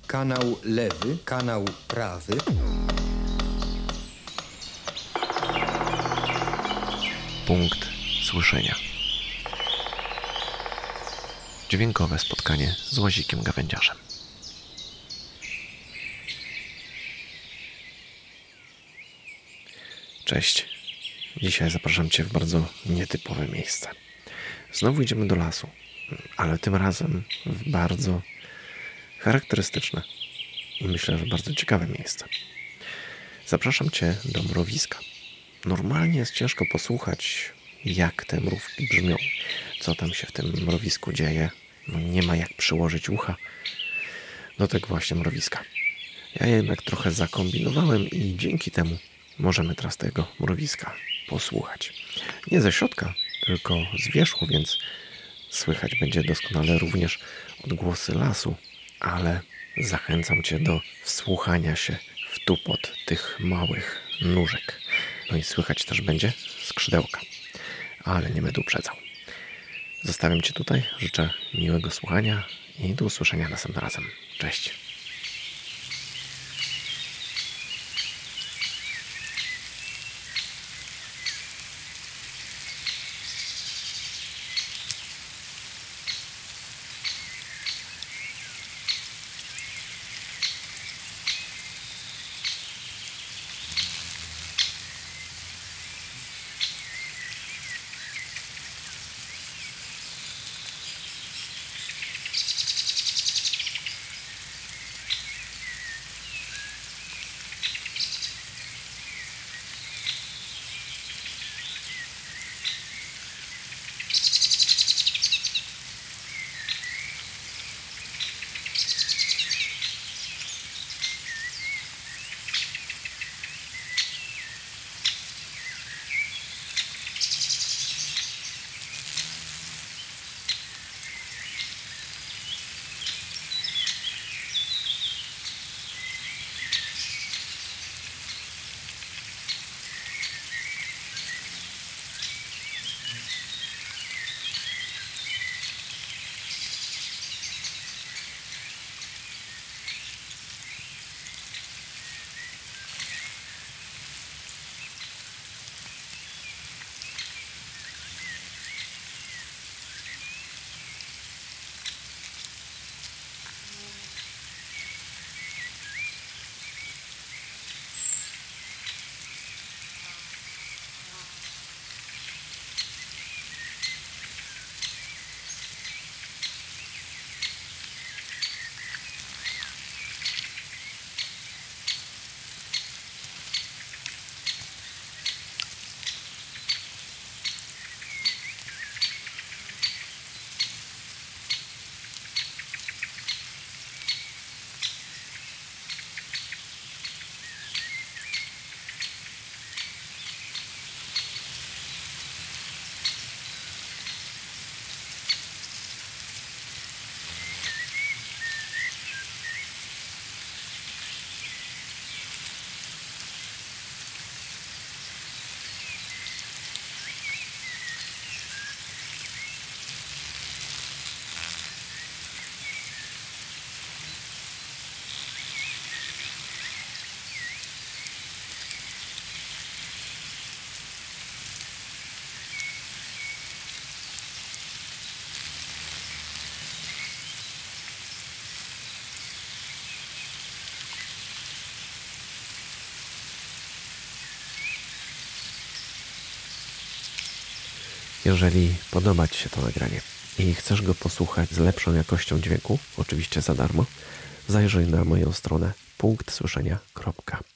kanał lewy, kanał prawy. Punkt słyszenia. Dźwiękowe spotkanie z Łazikiem Gawędziarzem. Cześć. Dzisiaj zapraszam Cię w bardzo nietypowe miejsce. Znowu idziemy do lasu, ale tym razem w bardzo charakterystyczne i myślę, że bardzo ciekawe miejsce. Zapraszam Cię do mrowiska. Normalnie jest ciężko posłuchać, jak te mrówki brzmią, co tam się w tym mrowisku dzieje. Nie ma jak przyłożyć ucha do tego właśnie mrowiska. Ja jednak trochę zakombinowałem i dzięki temu możemy teraz tego mrowiska posłuchać. Nie ze środka, tylko z wierzchu, więc słychać będzie doskonale również odgłosy lasu, ale zachęcam Cię do wsłuchania się w tupot tych małych nóżek. No i słychać też będzie skrzydełka, ale nie będę uprzedzał. Zostawiam Cię tutaj, życzę miłego słuchania i do usłyszenia następnym razem. Cześć! Jeżeli podoba Ci się to nagranie i chcesz go posłuchać z lepszą jakością dźwięku, oczywiście za darmo, zajrzyj na moją stronę punktsłyszenia.pl